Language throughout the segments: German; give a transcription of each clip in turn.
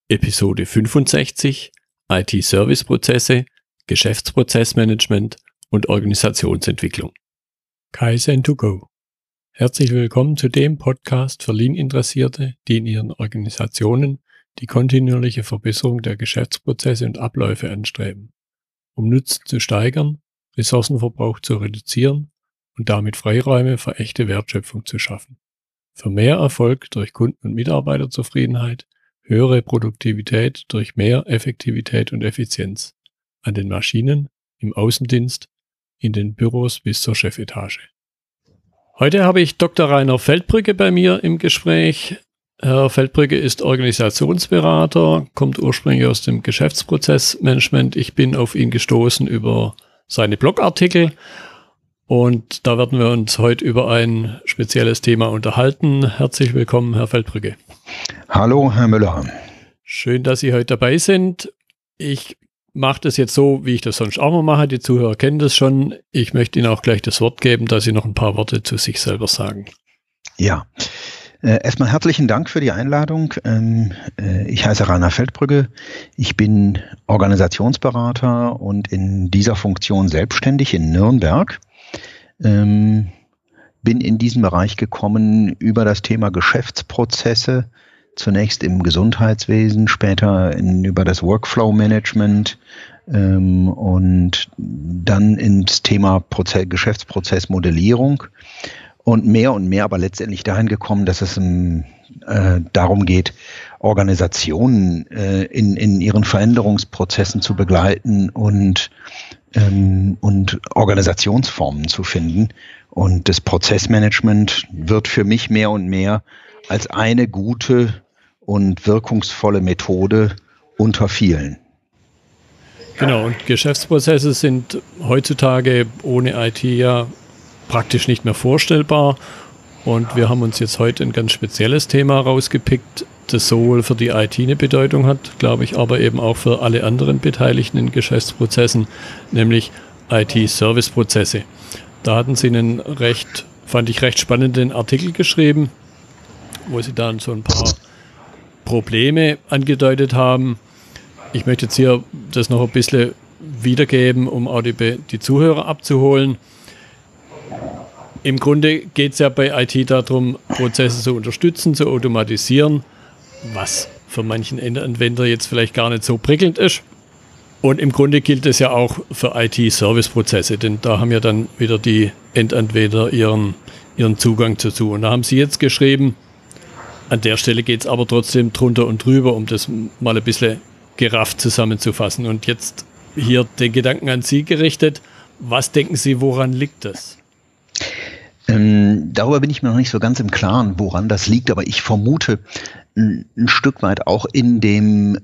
Episode 65 IT-Service-Prozesse, Geschäftsprozessmanagement und Organisationsentwicklung. Kaizen2Go. Herzlich willkommen zu dem Podcast für Lean-Interessierte, die in ihren Organisationen die kontinuierliche Verbesserung der Geschäftsprozesse und Abläufe anstreben, um Nutzen zu steigern, Ressourcenverbrauch zu reduzieren und damit Freiräume für echte Wertschöpfung zu schaffen. Für mehr Erfolg durch Kunden- und Mitarbeiterzufriedenheit, höhere Produktivität durch mehr Effektivität und Effizienz an den Maschinen, im Außendienst, in den Büros bis zur Chefetage. Heute habe ich Dr. Rainer Feldbrügge bei mir im Gespräch. Herr Feldbrügge ist Organisationsberater, kommt ursprünglich aus dem Geschäftsprozessmanagement. Ich bin auf ihn gestoßen über seine Blogartikel und da werden wir uns heute über ein spezielles Thema unterhalten. Herzlich willkommen, Herr Feldbrügge. Hallo, Herr Müller. Schön, dass Sie heute dabei sind. Ich mache das jetzt so, wie ich das sonst auch mal mache. Die Zuhörer kennen das schon. Ich möchte Ihnen auch gleich das Wort geben, dass Sie noch ein paar Worte zu sich selber sagen. Ja, erstmal herzlichen Dank für die Einladung. Ich heiße Rainer Feldbrügge. Ich bin Organisationsberater und in dieser Funktion selbstständig in Nürnberg. Bin in diesen Bereich gekommen über das Thema Geschäftsprozesse, zunächst im Gesundheitswesen, später über das Workflow-Management und dann ins Thema Geschäftsprozessmodellierung und mehr aber letztendlich dahin gekommen, dass es darum geht, Organisationen in ihren Veränderungsprozessen zu begleiten und Organisationsformen zu finden. Und das Prozessmanagement wird für mich mehr und mehr als eine gute und wirkungsvolle Methode unter vielen. Genau, und Geschäftsprozesse sind heutzutage ohne IT ja praktisch nicht mehr vorstellbar. Und wir haben uns jetzt heute ein ganz spezielles Thema rausgepickt, das sowohl für die IT eine Bedeutung hat, glaube ich, aber eben auch für alle anderen Beteiligten in Geschäftsprozessen, nämlich IT-Service-Prozesse. Da hatten Sie einen fand ich recht spannenden Artikel geschrieben, wo Sie dann so ein paar Probleme angedeutet haben. Ich möchte jetzt hier das noch ein bisschen wiedergeben, um auch die Zuhörer abzuholen. Im Grunde geht es ja bei IT darum, Prozesse zu unterstützen, zu automatisieren, was für manchen Endanwender jetzt vielleicht gar nicht so prickelnd ist. Und im Grunde gilt es ja auch für IT-Service-Prozesse, denn da haben ja dann wieder die Endanwender ihren Zugang dazu. Und da haben Sie jetzt geschrieben, an der Stelle geht es aber trotzdem drunter und drüber, um das mal ein bisschen gerafft zusammenzufassen. Und jetzt hier den Gedanken an Sie gerichtet. Was denken Sie, woran liegt das? Darüber bin ich mir noch nicht so ganz im Klaren, woran das liegt, aber ich vermute ein Stück weit auch in dem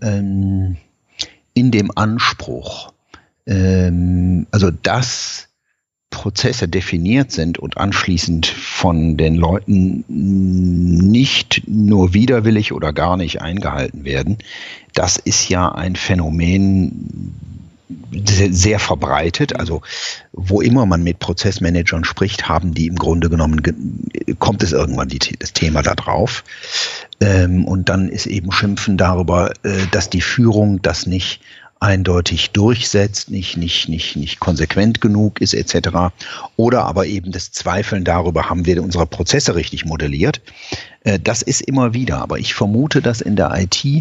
Anspruch, also dass Prozesse definiert sind und anschließend von den Leuten nicht nur widerwillig oder gar nicht eingehalten werden. Das ist ja ein Phänomen, sehr verbreitet, also wo immer man mit Prozessmanagern spricht, haben die im Grunde genommen, kommt es irgendwann das Thema da drauf. Und dann ist eben Schimpfen darüber, dass die Führung das nicht eindeutig durchsetzt, nicht konsequent genug ist, etc. Oder aber eben das Zweifeln darüber, haben wir unsere Prozesse richtig modelliert. Das ist immer wieder, aber ich vermute, dass in der IT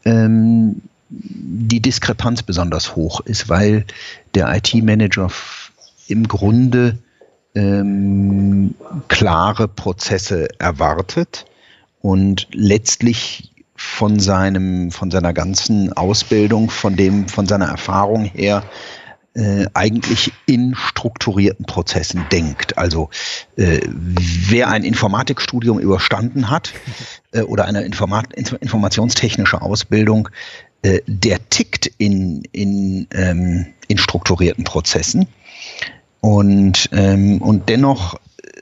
die Diskrepanz besonders hoch ist, weil der IT-Manager im Grunde klare Prozesse erwartet und letztlich von seiner ganzen Ausbildung, von seiner Erfahrung her eigentlich in strukturierten Prozessen denkt. Also wer ein Informatikstudium überstanden hat oder eine informationstechnische Ausbildung, der tickt in strukturierten Prozessen und dennoch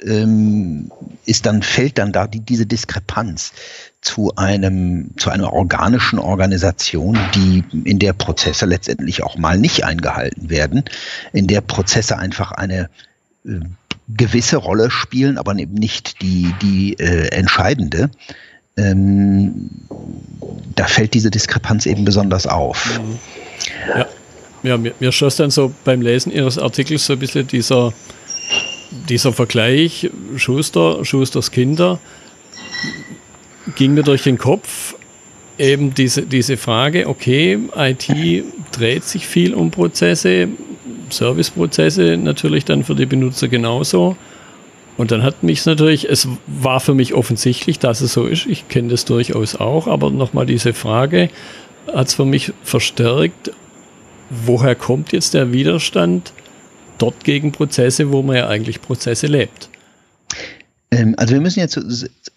fällt dann da diese Diskrepanz zu einer organischen Organisation, in der Prozesse letztendlich auch mal nicht eingehalten werden, in der Prozesse einfach eine gewisse Rolle spielen, aber eben nicht die entscheidende. da fällt diese Diskrepanz eben besonders auf. Ja, mir schoss dann so beim Lesen Ihres Artikels so ein bisschen dieser Vergleich Schusters Kinder ging mir durch den Kopf, eben diese Frage, okay, IT dreht sich viel um Prozesse, Serviceprozesse natürlich dann für die Benutzer genauso. Und dann hat mich es war für mich offensichtlich, dass es so ist, ich kenne das durchaus auch, aber nochmal diese Frage hat es für mich verstärkt, woher kommt jetzt der Widerstand dort gegen Prozesse, wo man ja eigentlich Prozesse lebt? Also wir müssen jetzt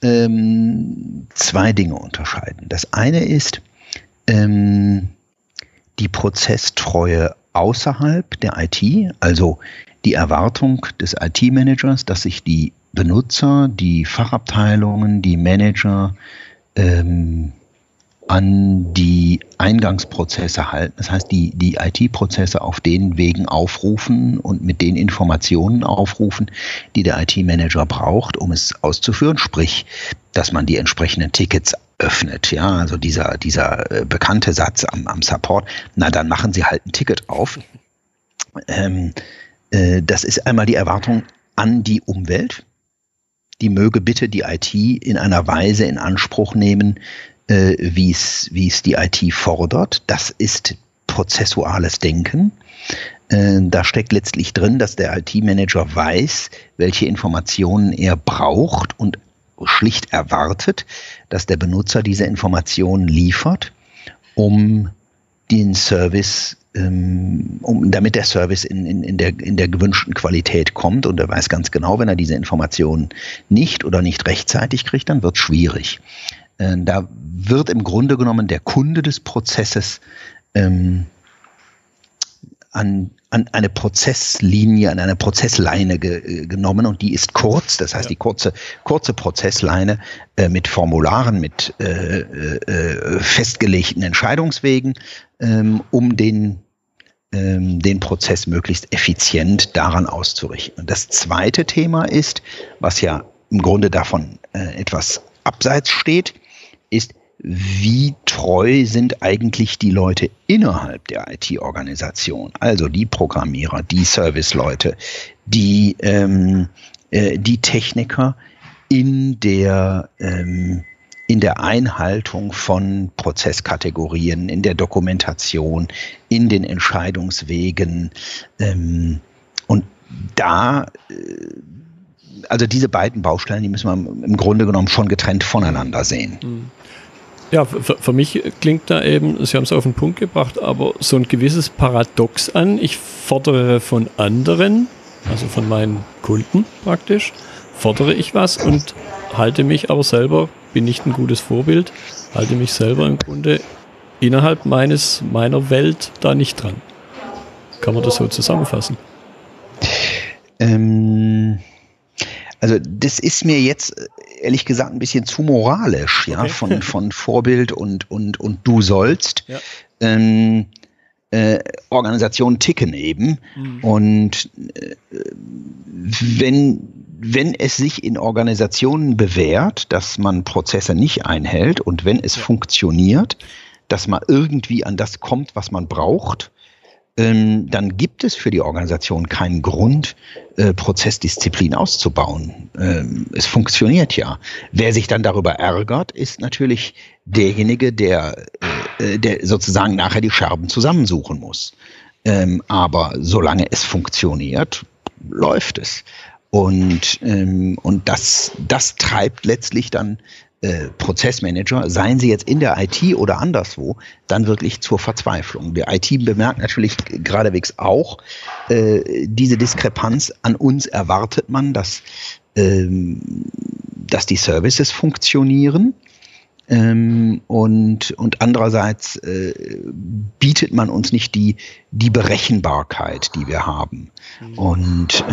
zwei Dinge unterscheiden. Das eine ist die Prozesstreue außerhalb der IT, also die Erwartung des IT-Managers, dass sich die Benutzer, die Fachabteilungen, die Manager an die Eingangsprozesse halten. Das heißt, die IT-Prozesse auf den Wegen aufrufen und mit den Informationen aufrufen, die der IT-Manager braucht, um es auszuführen. Sprich, dass man die entsprechenden Tickets öffnet. Ja, also dieser bekannte Satz am Support, na dann machen Sie halt ein Ticket auf. Das ist einmal die Erwartung an die Umwelt. Die möge bitte die IT in einer Weise in Anspruch nehmen, wie es die IT fordert. Das ist prozessuales Denken. Da steckt letztlich drin, dass der IT-Manager weiß, welche Informationen er braucht und schlicht erwartet, dass der Benutzer diese Informationen liefert, um den Service, damit der Service in der gewünschten Qualität kommt. Und er weiß ganz genau, wenn er diese Informationen nicht rechtzeitig kriegt, dann wird es schwierig. Da wird im Grunde genommen der Kunde des Prozesses an eine Prozesslinie, an eine Prozessleine genommen, und die ist kurz, das heißt die kurze Prozessleine mit Formularen, mit festgelegten Entscheidungswegen, um den Prozess möglichst effizient daran auszurichten. Und das zweite Thema ist, was ja im Grunde davon etwas abseits steht, ist, wie treu sind eigentlich die Leute innerhalb der IT-Organisation, also die Programmierer, die Serviceleute, die Techniker in der Einhaltung von Prozesskategorien, in der Dokumentation, in den Entscheidungswegen. Und da also diese beiden Bausteine, die müssen wir im Grunde genommen schon getrennt voneinander sehen. Ja, für mich klingt da eben, Sie haben es auf den Punkt gebracht, aber so ein gewisses Paradox an. Ich fordere von anderen, also von meinen Kunden praktisch, fordere ich was und halte mich aber selber, bin nicht ein gutes Vorbild, halte mich selber im Grunde innerhalb meiner Welt da nicht dran. Kann man das so zusammenfassen? Also das ist mir jetzt ehrlich gesagt ein bisschen zu moralisch, ja, okay. von Vorbild und du sollst. Ja. Organisationen ticken eben. Und wenn es sich in Organisationen bewährt, dass man Prozesse nicht einhält, und wenn es funktioniert, dass man irgendwie an das kommt, was man braucht, dann gibt es für die Organisation keinen Grund, Prozessdisziplin auszubauen. Es funktioniert ja. Wer sich dann darüber ärgert, ist natürlich derjenige, der sozusagen nachher die Scherben zusammensuchen muss. Aber solange es funktioniert, läuft es. Und das treibt letztlich dann Prozessmanager, seien sie jetzt in der IT oder anderswo, dann wirklich zur Verzweiflung. Die IT bemerkt natürlich geradewegs auch diese Diskrepanz. An uns erwartet man, dass die Services funktionieren, und andererseits bietet man uns nicht die Berechenbarkeit, die wir haben. Und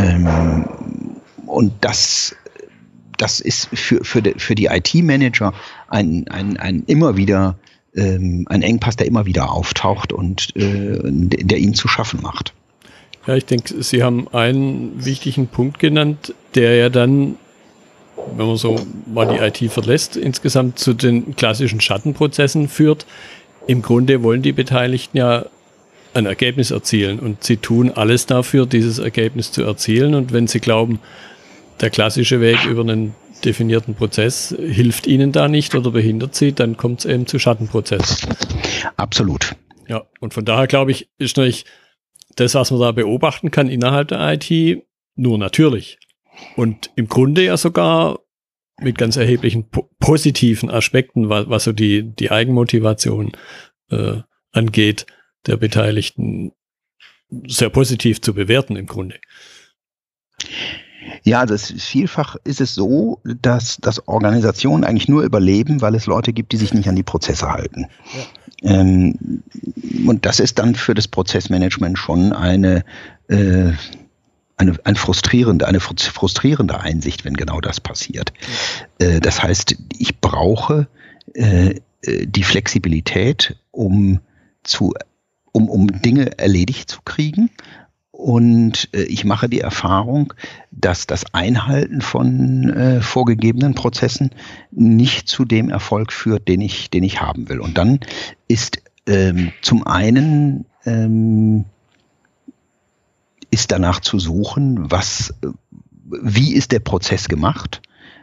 das ist für die IT-Manager ein immer wieder ein Engpass, der immer wieder auftaucht und der ihnen zu schaffen macht. Ja, ich denke, Sie haben einen wichtigen Punkt genannt, der ja dann wenn man so mal die IT verlässt, insgesamt zu den klassischen Schattenprozessen führt. Im Grunde wollen die Beteiligten ja ein Ergebnis erzielen und sie tun alles dafür, dieses Ergebnis zu erzielen. Und wenn sie glauben, der klassische Weg über einen definierten Prozess hilft ihnen da nicht oder behindert sie, dann kommt es eben zu Schattenprozessen. Absolut. Ja, und von daher glaube ich, ist natürlich das, was man da beobachten kann innerhalb der IT, nur natürlich. Und im Grunde ja sogar mit ganz erheblichen positiven Aspekten, was so die Eigenmotivation angeht, der Beteiligten sehr positiv zu bewerten im Grunde. Ja, vielfach ist es so, dass Organisationen eigentlich nur überleben, weil es Leute gibt, die sich nicht an die Prozesse halten. Ja. Und das ist dann für das Prozessmanagement schon eine frustrierende Einsicht, wenn genau das passiert. Das heißt, ich brauche die Flexibilität, um Dinge erledigt zu kriegen. Und ich mache die Erfahrung, dass das Einhalten von vorgegebenen Prozessen nicht zu dem Erfolg führt, den ich haben will. Und dann ist zum einen ist danach zu suchen, wie ist der Prozess gemacht?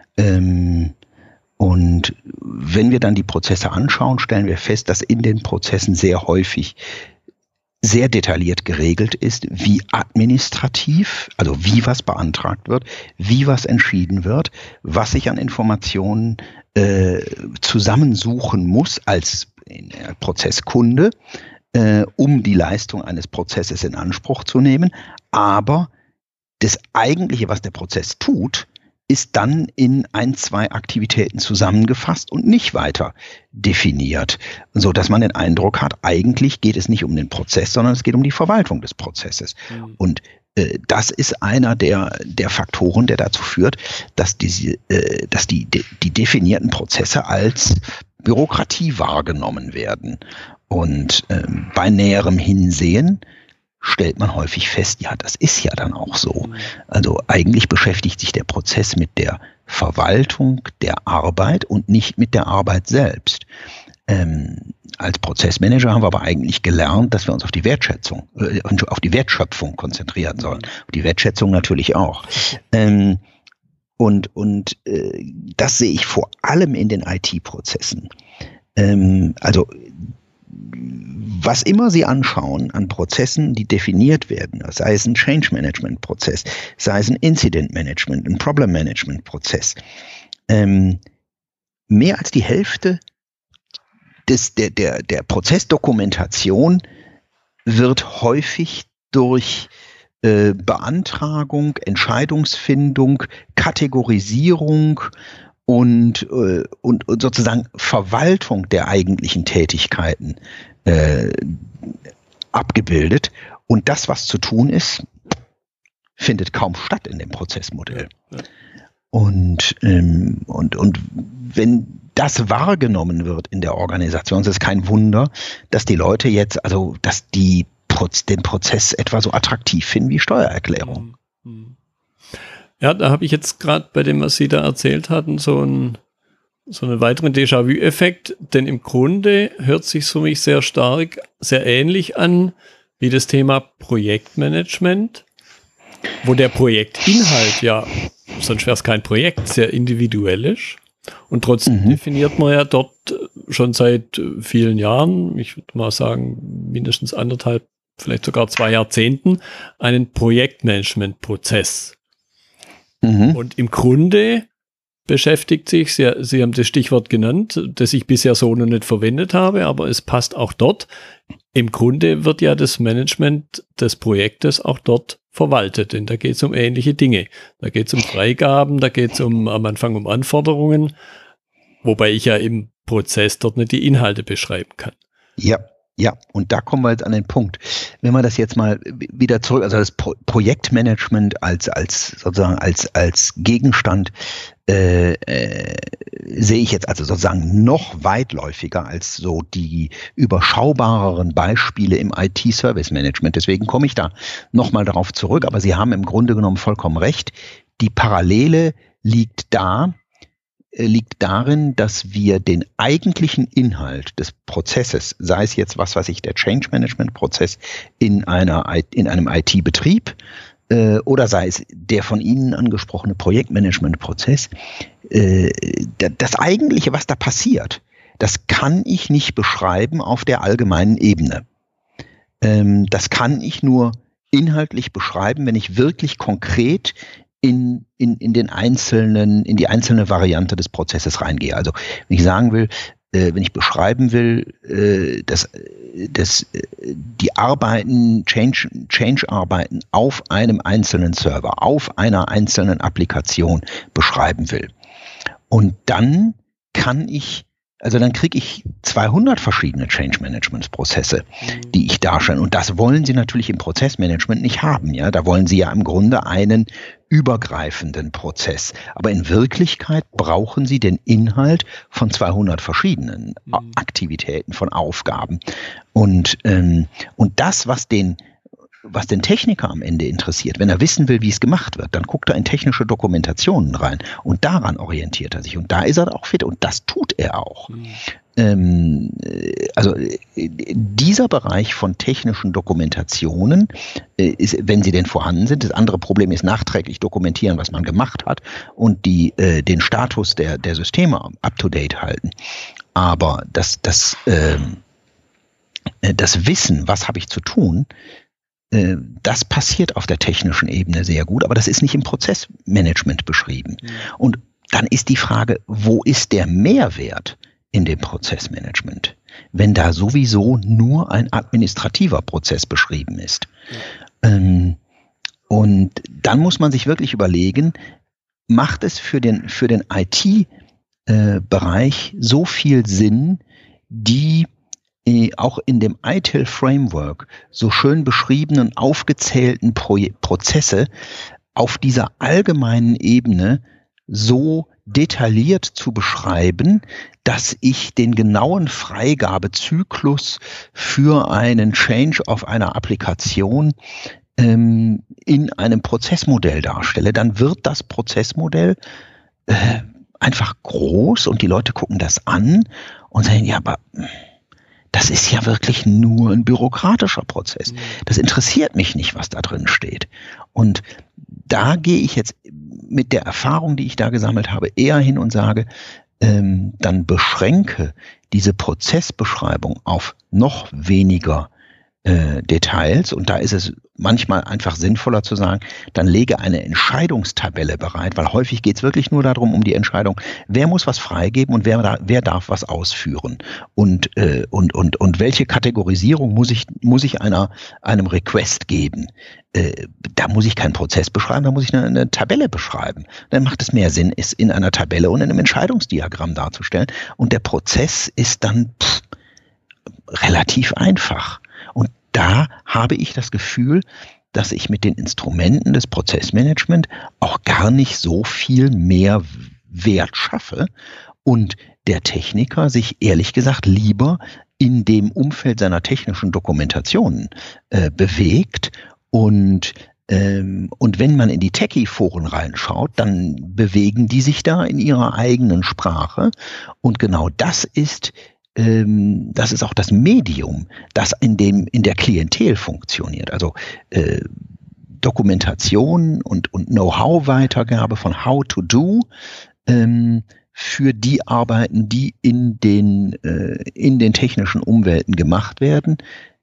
Und wenn wir dann die Prozesse anschauen, stellen wir fest, dass in den Prozessen sehr häufig sehr detailliert geregelt ist, wie administrativ, also wie was beantragt wird, wie was entschieden wird, was ich an Informationen zusammensuchen muss als Prozesskunde, um die Leistung eines Prozesses in Anspruch zu nehmen. Aber das Eigentliche, was der Prozess tut, ist dann in 1, 2 Aktivitäten zusammengefasst und nicht weiter definiert, so dass man den Eindruck hat, eigentlich geht es nicht um den Prozess, sondern es geht um die Verwaltung des Prozesses. Mhm. Und das ist einer der Faktoren, der dazu führt, dass die definierten Prozesse als Bürokratie wahrgenommen werden. Und bei näherem Hinsehen stellt man häufig fest, ja, das ist ja dann auch so. Also eigentlich beschäftigt sich der Prozess mit der Verwaltung der Arbeit und nicht mit der Arbeit selbst. Als Prozessmanager haben wir aber eigentlich gelernt, dass wir uns auf die Wertschätzung, auf die Wertschöpfung konzentrieren sollen. Auf die Wertschätzung natürlich auch. Und das sehe ich vor allem in den IT-Prozessen. Also was immer Sie anschauen an Prozessen, die definiert werden, sei es ein Change-Management-Prozess, sei es ein Incident-Management, ein Problem-Management-Prozess, mehr als die Hälfte der Prozessdokumentation wird häufig durch Beantragung, Entscheidungsfindung, Kategorisierung und sozusagen Verwaltung der eigentlichen Tätigkeiten abgebildet. Und das, was zu tun ist, findet kaum statt in dem Prozessmodell. Ja. Und wenn das wahrgenommen wird in der Organisation, ist es kein Wunder, dass die Leute jetzt, also dass die den Prozess etwa so attraktiv finden wie Steuererklärung. Ja, da habe ich jetzt gerade bei dem, was Sie da erzählt hatten, so einen weiteren Déjà-vu-Effekt, denn im Grunde hört sich für mich sehr stark, sehr ähnlich an wie das Thema Projektmanagement, wo der Projektinhalt ja, sonst wäre es kein Projekt, sehr individuell ist. Und trotzdem definiert man ja dort schon seit vielen Jahren, ich würde mal sagen mindestens 1,5, vielleicht sogar 2 Jahrzehnten, einen Projektmanagement-Prozess. Und im Grunde beschäftigt sich, Sie haben das Stichwort genannt, das ich bisher so noch nicht verwendet habe, aber es passt auch dort. Im Grunde wird ja das Management des Projektes auch dort verwaltet, denn da geht es um ähnliche Dinge. Da geht es um Freigaben, da geht es am Anfang um Anforderungen, wobei ich ja im Prozess dort nicht die Inhalte beschreiben kann. Ja, und da kommen wir jetzt an den Punkt. Wenn wir das jetzt mal wieder zurück, also das Projektmanagement als Gegenstand sehe ich jetzt also sozusagen noch weitläufiger als so die überschaubareren Beispiele im IT-Service-Management. Deswegen komme ich da nochmal darauf zurück. Aber Sie haben im Grunde genommen vollkommen recht. Die Parallele liegt darin, dass wir den eigentlichen Inhalt des Prozesses, sei es jetzt der Change Management Prozess in einem IT-Betrieb, oder sei es der von Ihnen angesprochene Projektmanagement-Prozess, das Eigentliche, was da passiert, das kann ich nicht beschreiben auf der allgemeinen Ebene. Das kann ich nur inhaltlich beschreiben, wenn ich wirklich konkret in die einzelne Variante des Prozesses reingehe. Also wenn ich sagen will, wenn ich beschreiben will, dass die Arbeiten, Change-Arbeiten auf einem einzelnen Server, auf einer einzelnen Applikation beschreiben will. Und dann kriege ich 200 verschiedene Change-Management-Prozesse, die ich darstelle. Und das wollen Sie natürlich im Prozessmanagement nicht haben. Ja? Da wollen Sie ja im Grunde einen übergreifenden Prozess. Aber in Wirklichkeit brauchen Sie den Inhalt von 200 verschiedenen Aktivitäten, von Aufgaben. Und das, was den Techniker am Ende interessiert, wenn er wissen will, wie es gemacht wird, dann guckt er in technische Dokumentationen rein und daran orientiert er sich. Und da ist er auch fit und das tut er auch. Dieser Bereich von technischen Dokumentationen ist, wenn sie denn vorhanden sind, das andere Problem ist nachträglich dokumentieren, was man gemacht hat und den Status der Systeme up-to-date halten. Aber das Wissen, was habe ich zu tun, das passiert auf der technischen Ebene sehr gut, aber das ist nicht im Prozessmanagement beschrieben. Und dann ist die Frage, wo ist der Mehrwert in dem Prozessmanagement, wenn da sowieso nur ein administrativer Prozess beschrieben ist? Und dann muss man sich wirklich überlegen, macht es für den IT-Bereich so viel Sinn, die auch in dem ITIL-Framework so schön beschriebenen, aufgezählten Prozesse auf dieser allgemeinen Ebene so detailliert zu beschreiben, dass ich den genauen Freigabezyklus für einen Change auf einer Applikation in einem Prozessmodell darstelle. Dann wird das Prozessmodell einfach groß und die Leute gucken das an und sagen, ja, aber das ist ja wirklich nur ein bürokratischer Prozess. Das interessiert mich nicht, was da drin steht. Und da gehe ich jetzt mit der Erfahrung, die ich da gesammelt habe, eher hin und sage, dann beschränke diese Prozessbeschreibung auf noch weniger Details. Und da ist es manchmal einfach sinnvoller zu sagen, dann lege eine Entscheidungstabelle bereit, weil häufig geht es wirklich nur darum, um die Entscheidung, wer muss was freigeben und wer darf was ausführen. Und welche Kategorisierung muss ich einem Request geben. Da muss ich keinen Prozess beschreiben, da muss ich eine Tabelle beschreiben. Dann macht es mehr Sinn, es in einer Tabelle und in einem Entscheidungsdiagramm darzustellen. Und der Prozess ist dann relativ einfach. Und da habe ich das Gefühl, dass ich mit den Instrumenten des Prozessmanagement auch gar nicht so viel mehr Wert schaffe und der Techniker sich ehrlich gesagt lieber in dem Umfeld seiner technischen Dokumentationen bewegt. Und wenn man in die Techie-Foren reinschaut, dann bewegen die sich da in ihrer eigenen Sprache. Und genau das ist auch das Medium, das in der Klientel funktioniert. Also Dokumentation und Know-how-Weitergabe von How to Do für die Arbeiten, die in den technischen Umwelten gemacht werden,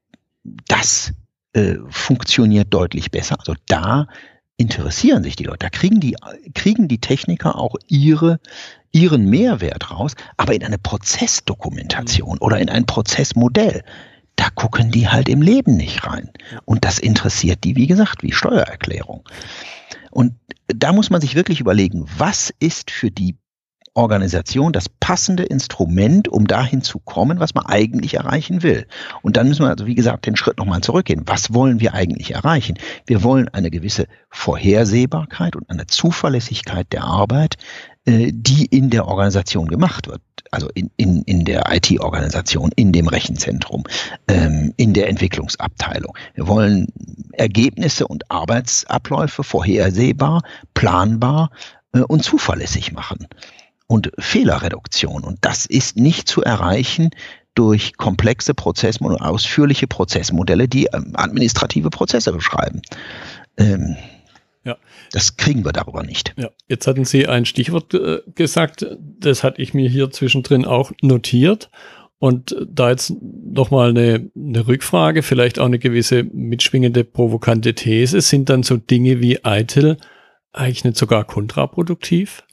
das funktioniert deutlich besser. Also da interessieren sich die Leute, da kriegen die Techniker auch ihren Mehrwert raus, aber in eine Prozessdokumentation oder in ein Prozessmodell, da gucken die halt im Leben nicht rein. Und das interessiert die, wie gesagt, wie Steuererklärung. Und da muss man sich wirklich überlegen, was ist für die Organisation das passende Instrument, um dahin zu kommen, was man eigentlich erreichen will. Und dann müssen wir also, wie gesagt, den Schritt nochmal zurückgehen. Was wollen wir eigentlich erreichen? Wir wollen eine gewisse Vorhersehbarkeit und eine Zuverlässigkeit der Arbeit, die in der Organisation gemacht wird. Also in der IT-Organisation, in dem Rechenzentrum, in der Entwicklungsabteilung. Wir wollen Ergebnisse und Arbeitsabläufe vorhersehbar, planbar, und zuverlässig machen und Fehlerreduktion. Und das ist nicht zu erreichen durch komplexe Prozessmodelle, ausführliche Prozessmodelle, die administrative Prozesse beschreiben. Ja. Das kriegen wir darüber nicht. Ja. Jetzt hatten Sie ein Stichwort gesagt, das hatte ich mir hier zwischendrin auch notiert. Und da jetzt nochmal eine Rückfrage, vielleicht auch eine gewisse mitschwingende, provokante These, sind dann so Dinge wie ITIL eigentlich nicht sogar kontraproduktiv?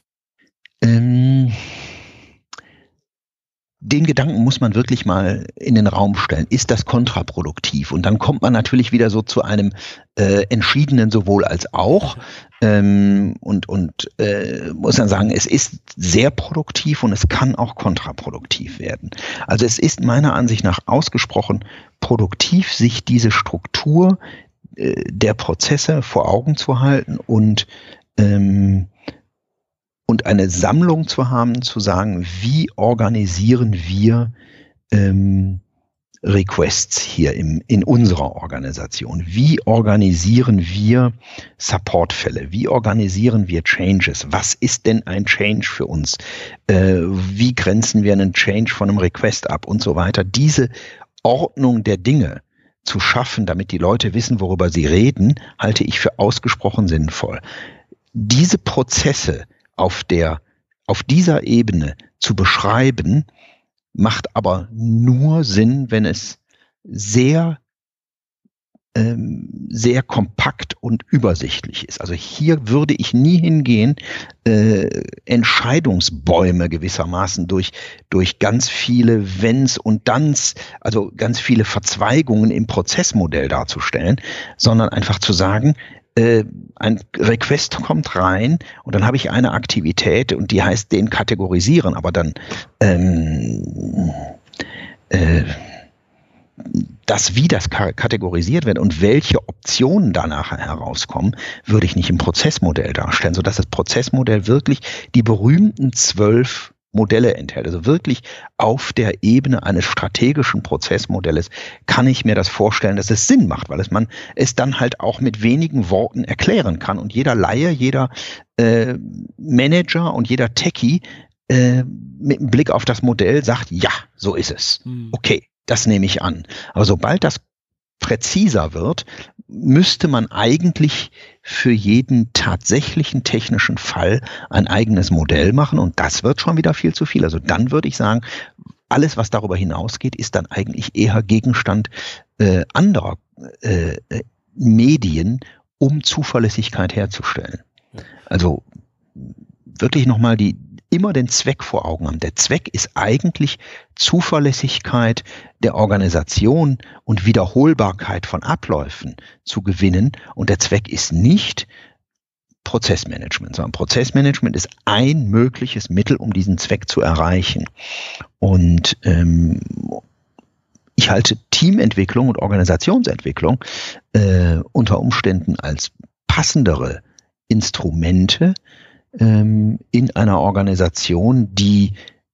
Den Gedanken muss man wirklich mal in den Raum stellen. Ist das kontraproduktiv? Und dann kommt man natürlich wieder so zu einem entschiedenen sowohl als auch und muss dann sagen, es ist sehr produktiv und es kann auch kontraproduktiv werden. Also es ist meiner Ansicht nach ausgesprochen produktiv, sich diese Struktur der Prozesse vor Augen zu halten und eine Sammlung zu haben, zu sagen, wie organisieren wir Requests hier in unserer Organisation? Wie organisieren wir Supportfälle? Wie organisieren wir Changes? Was ist denn ein Change für uns? Wie grenzen wir einen Change von einem Request ab und so weiter? Diese Ordnung der Dinge zu schaffen, damit die Leute wissen, worüber sie reden, halte ich für ausgesprochen sinnvoll. Diese Prozesse auf dieser Ebene zu beschreiben, macht aber nur Sinn, wenn es sehr kompakt und übersichtlich ist. Also hier würde ich nie hingehen, Entscheidungsbäume gewissermaßen durch ganz viele Wenns und Danns, also ganz viele Verzweigungen im Prozessmodell darzustellen, sondern einfach zu sagen, ein Request kommt rein und dann habe ich eine Aktivität und die heißt den kategorisieren, aber dann wie das kategorisiert wird und welche Optionen da nachher herauskommen, würde ich nicht im Prozessmodell darstellen, sodass das Prozessmodell wirklich die berühmten 12 Modelle enthält. Also wirklich auf der Ebene eines strategischen Prozessmodells kann ich mir das vorstellen, dass es Sinn macht, weil man es dann halt auch mit wenigen Worten erklären kann und jeder Laie, jeder Manager und jeder Techie mit einem Blick auf das Modell sagt, ja, so ist es. Okay, das nehme ich an. Aber sobald das präziser wird, müsste man eigentlich für jeden tatsächlichen technischen Fall ein eigenes Modell machen und das wird schon wieder viel zu viel. Also dann würde ich sagen, alles, was darüber hinausgeht, ist dann eigentlich eher Gegenstand anderer Medien, um Zuverlässigkeit herzustellen. Also wirklich nochmal immer den Zweck vor Augen haben. Der Zweck ist eigentlich Zuverlässigkeit der Organisation und Wiederholbarkeit von Abläufen zu gewinnen. Und der Zweck ist nicht Prozessmanagement, sondern Prozessmanagement ist ein mögliches Mittel, um diesen Zweck zu erreichen. Und ich halte Teamentwicklung und Organisationsentwicklung unter Umständen als passendere Instrumente in einer Organisation, die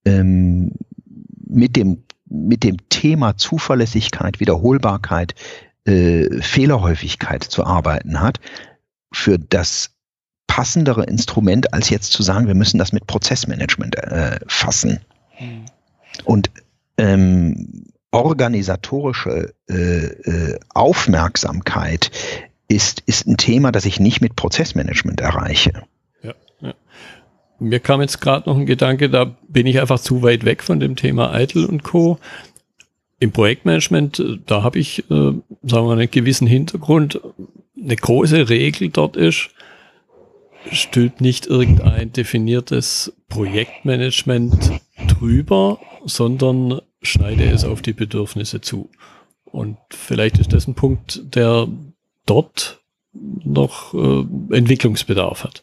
mit dem Thema Zuverlässigkeit, Wiederholbarkeit, Fehlerhäufigkeit zu arbeiten hat, für das passendere Instrument, als jetzt zu sagen, wir müssen das mit Prozessmanagement fassen. Und organisatorische Aufmerksamkeit ist ein Thema, das ich nicht mit Prozessmanagement erreiche. Ja. Mir kam jetzt gerade noch ein Gedanke, da bin ich einfach zu weit weg von dem Thema ITIL und Co. Im Projektmanagement, da habe ich, sagen wir mal, einen gewissen Hintergrund. Eine große Regel dort ist, stülpt nicht irgendein definiertes Projektmanagement drüber, sondern schneide es auf die Bedürfnisse zu. Und vielleicht ist das ein Punkt, der dort noch Entwicklungsbedarf hat.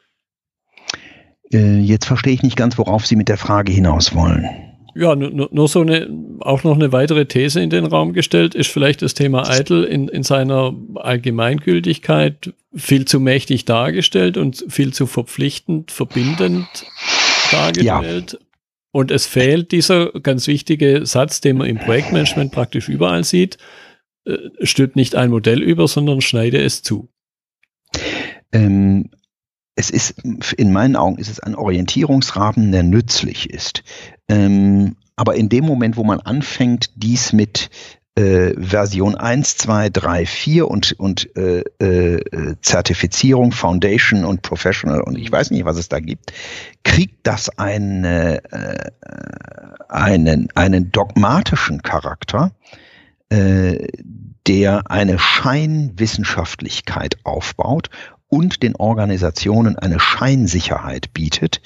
Jetzt verstehe ich nicht ganz, worauf Sie mit der Frage hinaus wollen. Ja, nur so auch noch eine weitere These in den Raum gestellt, ist vielleicht das Thema ITIL in seiner Allgemeingültigkeit viel zu mächtig dargestellt und viel zu verpflichtend, verbindend dargestellt. Ja. Und es fehlt dieser ganz wichtige Satz, den man im Projektmanagement praktisch überall sieht, stülpt nicht ein Modell über, sondern schneide es zu. es ist, in meinen Augen ist es ein Orientierungsrahmen, der nützlich ist. Aber in dem Moment, wo man anfängt, dies mit Version 1, 2, 3, 4 und Zertifizierung, Foundation und Professional und ich weiß nicht, was es da gibt, kriegt das einen dogmatischen Charakter, der eine Scheinwissenschaftlichkeit aufbaut und den Organisationen eine Scheinsicherheit bietet,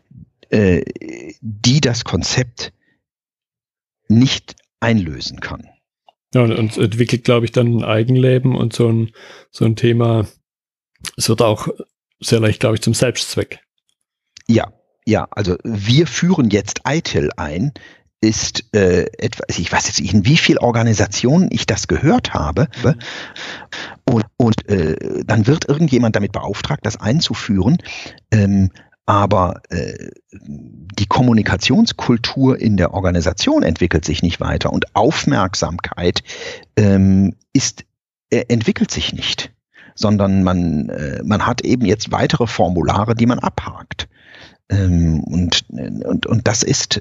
die das Konzept nicht einlösen kann. Ja, und entwickelt, glaube ich, dann ein Eigenleben und so ein Thema, es wird auch sehr leicht, glaube ich, zum Selbstzweck. Ja, also wir führen jetzt ITIL ein, ist etwas, ich weiß jetzt nicht, in wie vielen Organisationen ich das gehört habe, und dann wird irgendjemand damit beauftragt, das einzuführen, aber die Kommunikationskultur in der Organisation entwickelt sich nicht weiter und Aufmerksamkeit entwickelt sich nicht, sondern man hat eben jetzt weitere Formulare, die man abhakt. Und das ist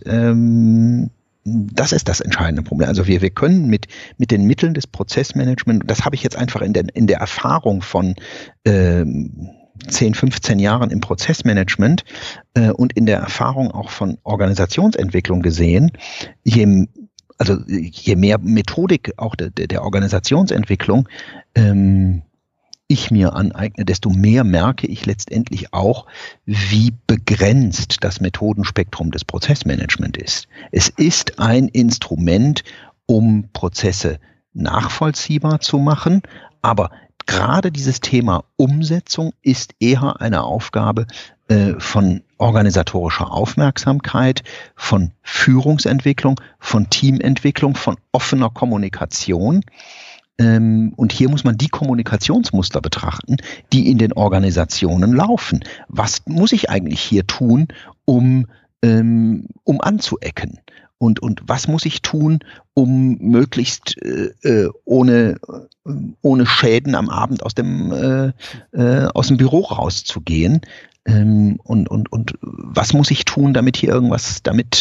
das entscheidende Problem. Also wir können mit den Mitteln des Prozessmanagements, das habe ich jetzt einfach in der Erfahrung von 10, 15 Jahren im Prozessmanagement und in der Erfahrung auch von Organisationsentwicklung gesehen, je mehr Methodik auch der Organisationsentwicklung ich mir aneigne, desto mehr merke ich letztendlich auch, wie begrenzt das Methodenspektrum des Prozessmanagement ist. Es ist ein Instrument, um Prozesse nachvollziehbar zu machen, aber gerade dieses Thema Umsetzung ist eher eine Aufgabe von organisatorischer Aufmerksamkeit, von Führungsentwicklung, von Teamentwicklung, von offener Kommunikation. Und hier muss man die Kommunikationsmuster betrachten, die in den Organisationen laufen. Was muss ich eigentlich hier tun, um anzuecken? Und was muss ich tun, um möglichst ohne Schäden am Abend aus dem Büro rauszugehen? Und was muss ich tun, damit hier irgendwas, damit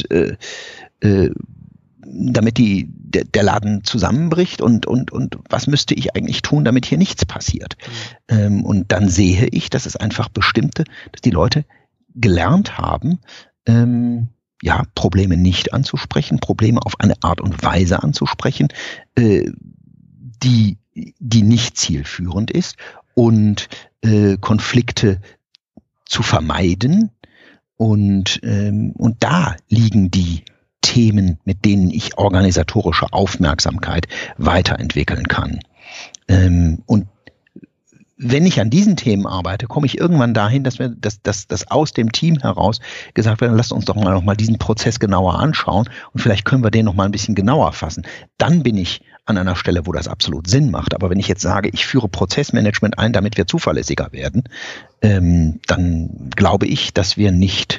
der Laden zusammenbricht und was müsste ich eigentlich tun, damit hier nichts passiert? Und dann sehe ich, dass es einfach dass die Leute gelernt haben, Probleme nicht anzusprechen, Probleme auf eine Art und Weise anzusprechen, die nicht zielführend ist und Konflikte zu vermeiden. Und da liegen die Themen, mit denen ich organisatorische Aufmerksamkeit weiterentwickeln kann. Und wenn ich an diesen Themen arbeite, komme ich irgendwann dahin, dass aus dem Team heraus gesagt wird, lasst uns doch noch mal diesen Prozess genauer anschauen und vielleicht können wir den noch mal ein bisschen genauer fassen. Dann bin ich an einer Stelle, wo das absolut Sinn macht. Aber wenn ich jetzt sage, ich führe Prozessmanagement ein, damit wir zuverlässiger werden, dann glaube ich, dass wir nicht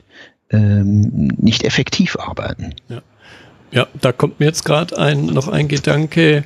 effektiv arbeiten. Ja, da kommt mir jetzt gerade noch ein Gedanke.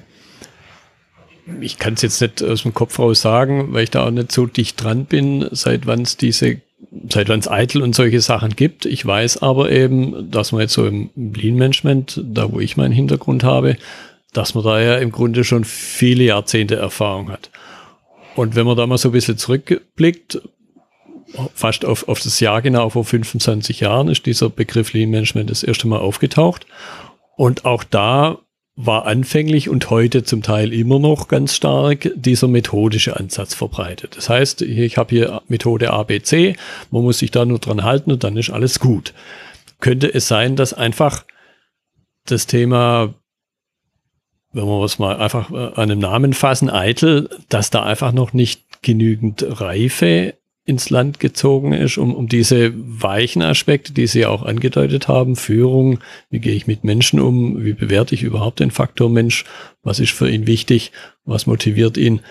Ich kann es jetzt nicht aus dem Kopf raus sagen, weil ich da auch nicht so dicht dran bin, seit wann es ITIL und solche Sachen gibt. Ich weiß aber eben, dass man jetzt so im Lean Management, da wo ich meinen Hintergrund habe, dass man da ja im Grunde schon viele Jahrzehnte Erfahrung hat. Und wenn man da mal so ein bisschen zurückblickt, fast auf das Jahr genau, vor 25 Jahren ist dieser Begriff Lean Management das erste Mal aufgetaucht. Und auch da war anfänglich und heute zum Teil immer noch ganz stark dieser methodische Ansatz verbreitet. Das heißt, ich habe hier Methode ABC, man muss sich da nur dran halten und dann ist alles gut. Könnte es sein, dass einfach das Thema, wenn wir es mal einfach an einem Namen fassen, ITIL, dass da einfach noch nicht genügend Reife ins Land gezogen ist, um diese weichen Aspekte, die Sie auch angedeutet haben, Führung, wie gehe ich mit Menschen um, wie bewerte ich überhaupt den Faktor Mensch, was ist für ihn wichtig, was motiviert ihn,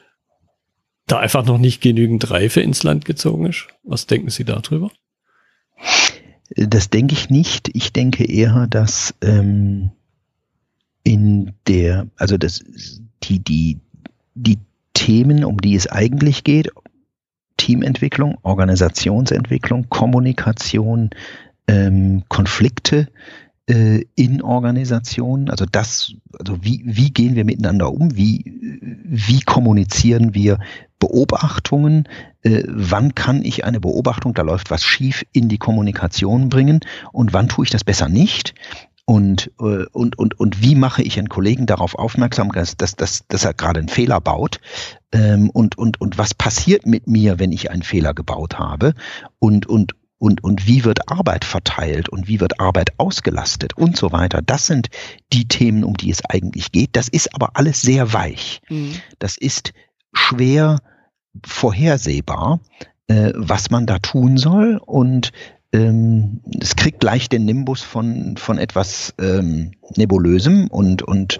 da einfach noch nicht genügend Reife ins Land gezogen ist? Was denken Sie darüber? Das denke ich nicht. Ich denke eher, dass die Themen, um die es eigentlich geht, Teamentwicklung, Organisationsentwicklung, Kommunikation, Konflikte in Organisationen, also wie gehen wir miteinander um, wie kommunizieren wir Beobachtungen, wann kann ich eine Beobachtung, da läuft was schief, in die Kommunikation bringen und wann tue ich das besser nicht und wie mache ich einen Kollegen darauf aufmerksam, dass er gerade einen Fehler baut und was passiert mit mir, wenn ich einen Fehler gebaut habe und wie wird Arbeit verteilt und wie wird Arbeit ausgelastet und so weiter. Das sind die Themen, um die es eigentlich geht. Das ist aber alles sehr weich. Das ist schwer vorhersehbar, was man da tun soll und es kriegt leicht den Nimbus von etwas Nebulösem und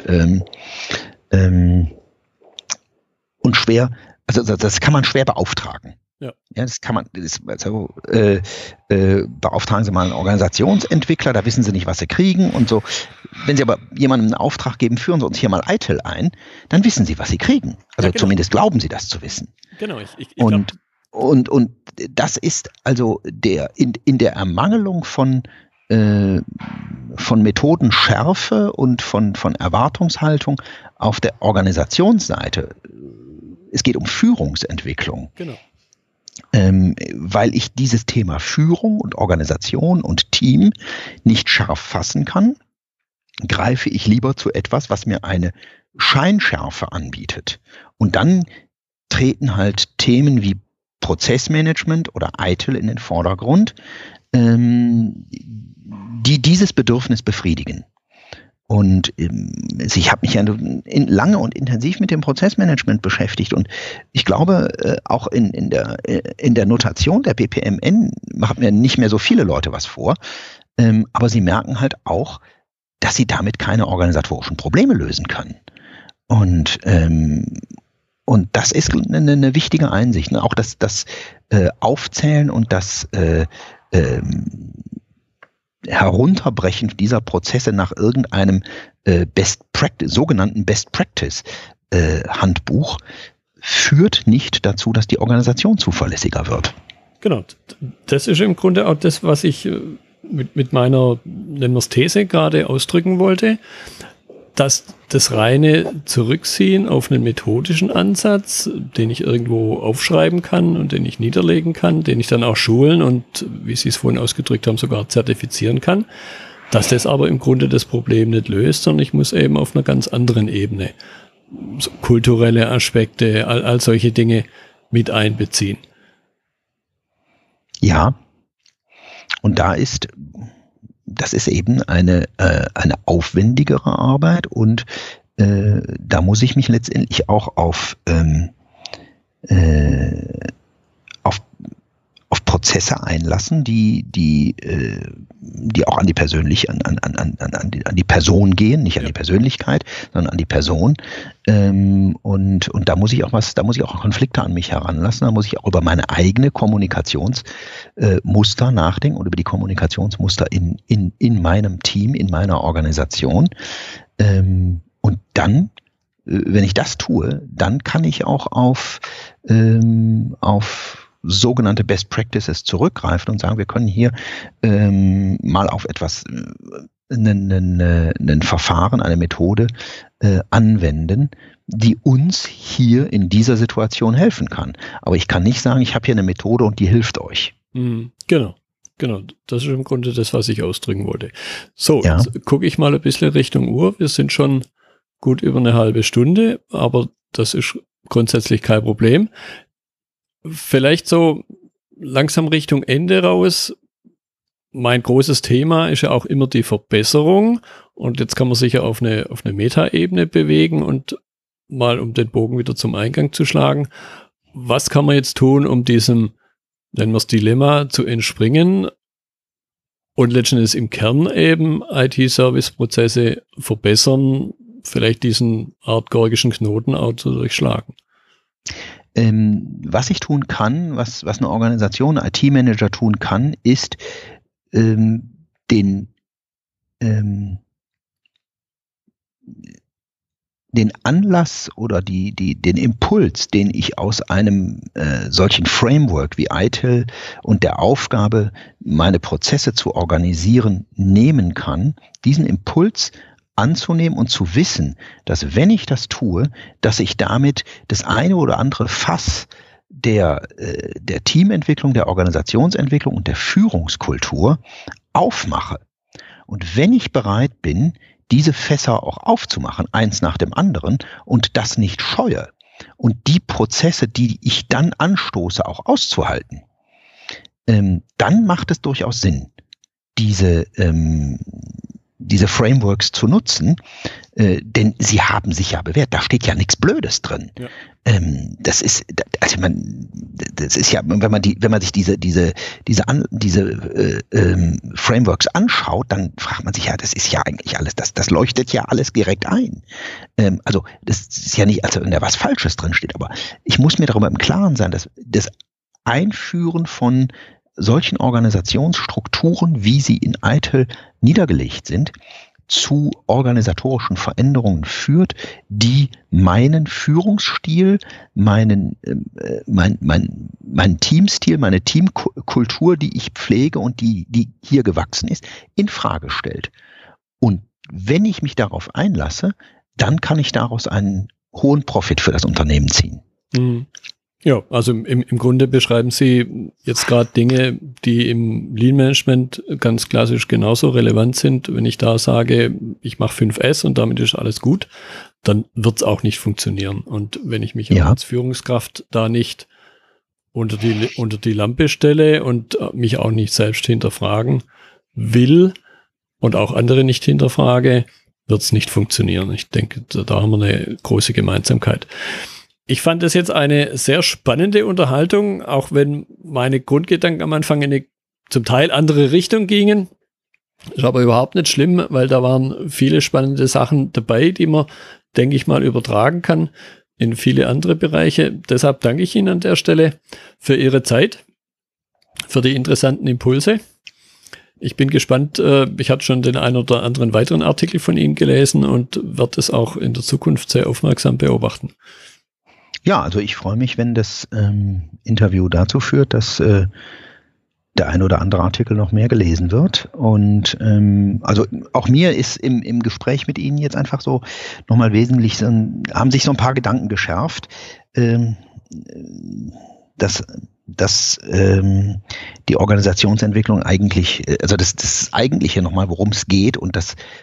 schwer, also das kann man schwer beauftragen. Ja, das kann man, beauftragen Sie mal einen Organisationsentwickler, da wissen Sie nicht, was Sie kriegen und so. Wenn Sie aber jemandem einen Auftrag geben, führen Sie uns hier mal ITIL ein, dann wissen Sie, was Sie kriegen. Also genau. Zumindest glauben Sie das zu wissen. Genau, und das ist also in der Ermangelung von Methodenschärfe und von Erwartungshaltung auf der Organisationsseite. Es geht um Führungsentwicklung. Genau. Weil ich dieses Thema Führung und Organisation und Team nicht scharf fassen kann, greife ich lieber zu etwas, was mir eine Scheinschärfe anbietet. Und dann treten halt Themen wie Prozessmanagement oder ITIL in den Vordergrund, die dieses Bedürfnis befriedigen. Und ich habe mich ja lange und intensiv mit dem Prozessmanagement beschäftigt und ich glaube, auch in der Notation der BPMN machen mir nicht mehr so viele Leute was vor, aber sie merken halt auch, dass sie damit keine organisatorischen Probleme lösen können. Und das ist eine wichtige Einsicht, ne? Auch das Aufzählen und das Herunterbrechen dieser Prozesse nach irgendeinem sogenannten Best Practice Handbuch führt nicht dazu, dass die Organisation zuverlässiger wird. Genau, das ist im Grunde auch das, was ich mit meiner, nennen wir es These, gerade ausdrücken wollte, dass das reine Zurückziehen auf einen methodischen Ansatz, den ich irgendwo aufschreiben kann und den ich niederlegen kann, den ich dann auch schulen und, wie Sie es vorhin ausgedrückt haben, sogar zertifizieren kann, dass das aber im Grunde das Problem nicht löst, sondern ich muss eben auf einer ganz anderen Ebene so kulturelle Aspekte, all solche Dinge mit einbeziehen. Ja, und das ist eben eine aufwendigere Arbeit und da muss ich mich letztendlich auch auf Prozesse einlassen, die auch an die an die Person gehen, nicht an die Persönlichkeit, sondern an die Person. Und da muss ich auch Konflikte an mich heranlassen. Da muss ich auch über meine eigene Kommunikationsmuster nachdenken und über die Kommunikationsmuster in meinem Team, in meiner Organisation. Und dann, wenn ich das tue, dann kann ich auch auf sogenannte Best Practices zurückgreifen und sagen, wir können hier mal auf etwas, ein Verfahren, eine Methode anwenden, die uns hier in dieser Situation helfen kann. Aber ich kann nicht sagen, ich habe hier eine Methode und die hilft euch. Genau. Das ist im Grunde das, was ich ausdrücken wollte. So, ja. Jetzt gucke ich mal ein bisschen Richtung Uhr. Wir sind schon gut über eine halbe Stunde, aber das ist grundsätzlich kein Problem. Vielleicht so langsam Richtung Ende raus. Mein großes Thema ist ja auch immer die Verbesserung und jetzt kann man sich ja auf eine Metaebene bewegen und mal, um den Bogen wieder zum Eingang zu schlagen, was kann man jetzt tun, um diesem, nennen wir es Dilemma, zu entspringen und letztendlich im Kern eben IT-Service-Prozesse verbessern, vielleicht diesen Art gorgischen Knoten auch zu durchschlagen? Was ich tun kann, was eine Organisation, ein IT-Manager tun kann, ist den Anlass oder den Impuls, den ich aus einem solchen Framework wie ITIL und der Aufgabe, meine Prozesse zu organisieren, nehmen kann, diesen Impuls anzunehmen und zu wissen, dass wenn ich das tue, dass ich damit das eine oder andere Fass der Teamentwicklung, der Organisationsentwicklung und der Führungskultur aufmache. Und wenn ich bereit bin, diese Fässer auch aufzumachen, eins nach dem anderen, und das nicht scheue und die Prozesse, die ich dann anstoße, auch auszuhalten, dann macht es durchaus Sinn, diese Frameworks zu nutzen, denn sie haben sich ja bewährt. Da steht ja nichts Blödes drin. Ja. Das ist ja, wenn man sich diese Frameworks anschaut, dann fragt man sich ja, das ist ja eigentlich alles, das leuchtet ja alles direkt ein. Also das ist ja nicht, als wenn da was Falsches drin steht, aber ich muss mir darüber im Klaren sein, dass das Einführen von solchen Organisationsstrukturen, wie sie in ITIL niedergelegt sind, zu organisatorischen Veränderungen führt, die meinen Führungsstil, meinen Teamstil, meine Teamkultur, die ich pflege und die hier gewachsen ist, in Frage stellt. Und wenn ich mich darauf einlasse, dann kann ich daraus einen hohen Profit für das Unternehmen ziehen. Mhm. Ja, also im Grunde beschreiben Sie jetzt gerade Dinge, die im Lean Management ganz klassisch genauso relevant sind. Wenn ich da sage, ich mache 5S und damit ist alles gut, dann wird es auch nicht funktionieren. Und wenn ich mich als Führungskraft da nicht unter die Lampe stelle und mich auch nicht selbst hinterfragen will und auch andere nicht hinterfrage, wird es nicht funktionieren. Ich denke, da haben wir eine große Gemeinsamkeit. Ich fand das jetzt eine sehr spannende Unterhaltung, auch wenn meine Grundgedanken am Anfang in eine zum Teil andere Richtung gingen. Ist aber überhaupt nicht schlimm, weil da waren viele spannende Sachen dabei, die man, denke ich mal, übertragen kann in viele andere Bereiche. Deshalb danke ich Ihnen an der Stelle für Ihre Zeit, für die interessanten Impulse. Ich bin gespannt, ich hatte schon den einen oder anderen weiteren Artikel von Ihnen gelesen und werde es auch in der Zukunft sehr aufmerksam beobachten. Ja, also ich freue mich, wenn das Interview dazu führt, dass der ein oder andere Artikel noch mehr gelesen wird. Und also auch mir ist im Gespräch mit Ihnen jetzt einfach so nochmal wesentlich, haben sich so ein paar Gedanken geschärft, dass die Organisationsentwicklung eigentlich, also das Eigentliche nochmal, worum es geht und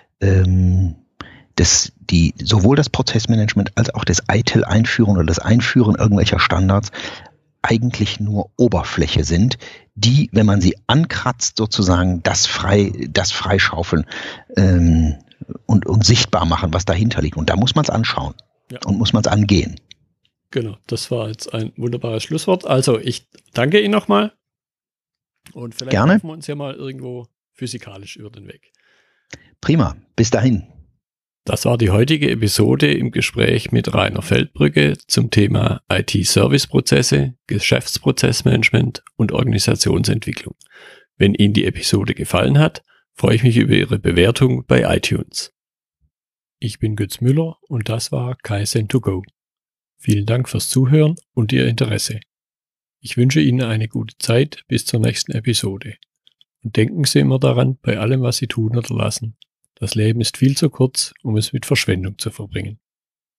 sowohl das Prozessmanagement als auch das ITIL einführen oder das Einführen irgendwelcher Standards eigentlich nur Oberfläche sind, die, wenn man sie ankratzt, sozusagen das freischaufeln und sichtbar machen, was dahinter liegt. Und da muss man es anschauen und muss man es angehen. Genau, das war jetzt ein wunderbares Schlusswort. Also ich danke Ihnen nochmal und vielleicht treffen wir uns ja mal irgendwo physikalisch über den Weg. Prima, bis dahin. Das war die heutige Episode im Gespräch mit Rainer Feldbrücke zum Thema IT-Service-Prozesse, Geschäftsprozessmanagement und Organisationsentwicklung. Wenn Ihnen die Episode gefallen hat, freue ich mich über Ihre Bewertung bei iTunes. Ich bin Götz Müller und das war Kaizen2Go. Vielen Dank fürs Zuhören und Ihr Interesse. Ich wünsche Ihnen eine gute Zeit bis zur nächsten Episode. Und denken Sie immer daran, bei allem, was Sie tun oder lassen: Das Leben ist viel zu kurz, um es mit Verschwendung zu verbringen.